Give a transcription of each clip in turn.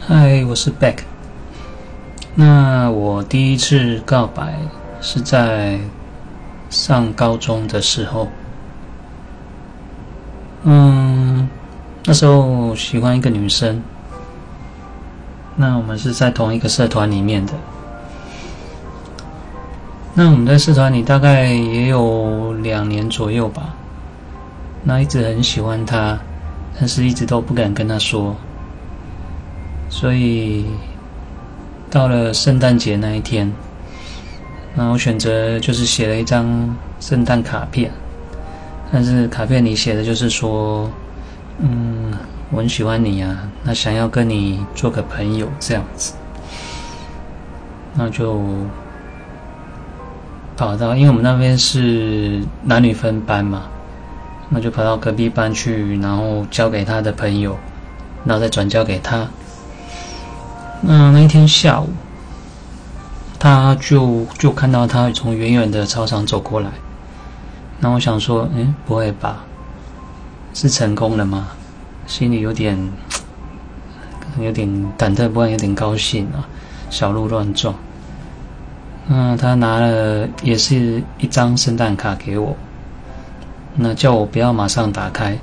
嗨，我是 Beck。那我第一次告白是在上高中的时候。那时候喜欢一个女生。那我们是在同一个社团里面的。那我们在社团里大概也有2年左右吧。那一直很喜欢她，但是一直都不敢跟她说。所以到了圣诞节那一天，然后选择就是写了一张圣诞卡片，但是卡片里写的就是说，我很喜欢你啊，那想要跟你做个朋友这样子。那就跑到，因为我们那边是男女分班嘛，那就跑到隔壁班去，然后交给他的朋友，然后再转交给他。那一天下午，他就看到他从远远的操场走过来，那我想说，不会吧，是成功了吗？心里有点忐忑不安，有点高兴啊，小鹿乱撞。他拿了也是一张圣诞卡给我，那叫我不要马上打开。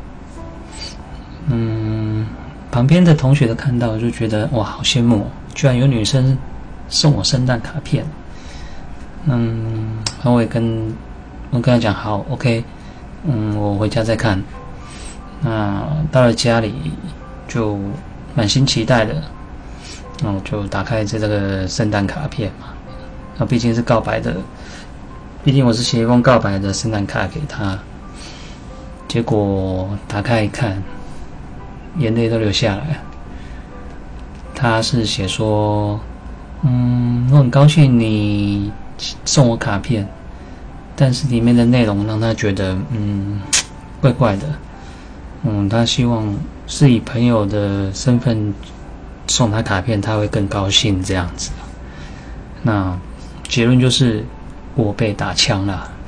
旁边的同学都看到，就觉得哇，好羡慕哦，居然有女生送我圣诞卡片。然后我跟他讲好 ，OK， 我回家再看。那到了家里就满心期待的，那我就打开这个圣诞卡片嘛。那毕竟是告白的，毕竟我是写一封告白的圣诞卡给他。结果打开一看，眼泪都流下来。他是写说，我很高兴你送我卡片，但是里面的内容让他觉得，怪怪的。他希望是以朋友的身份送他卡片，他会更高兴这样子。那结论就是我被打枪了。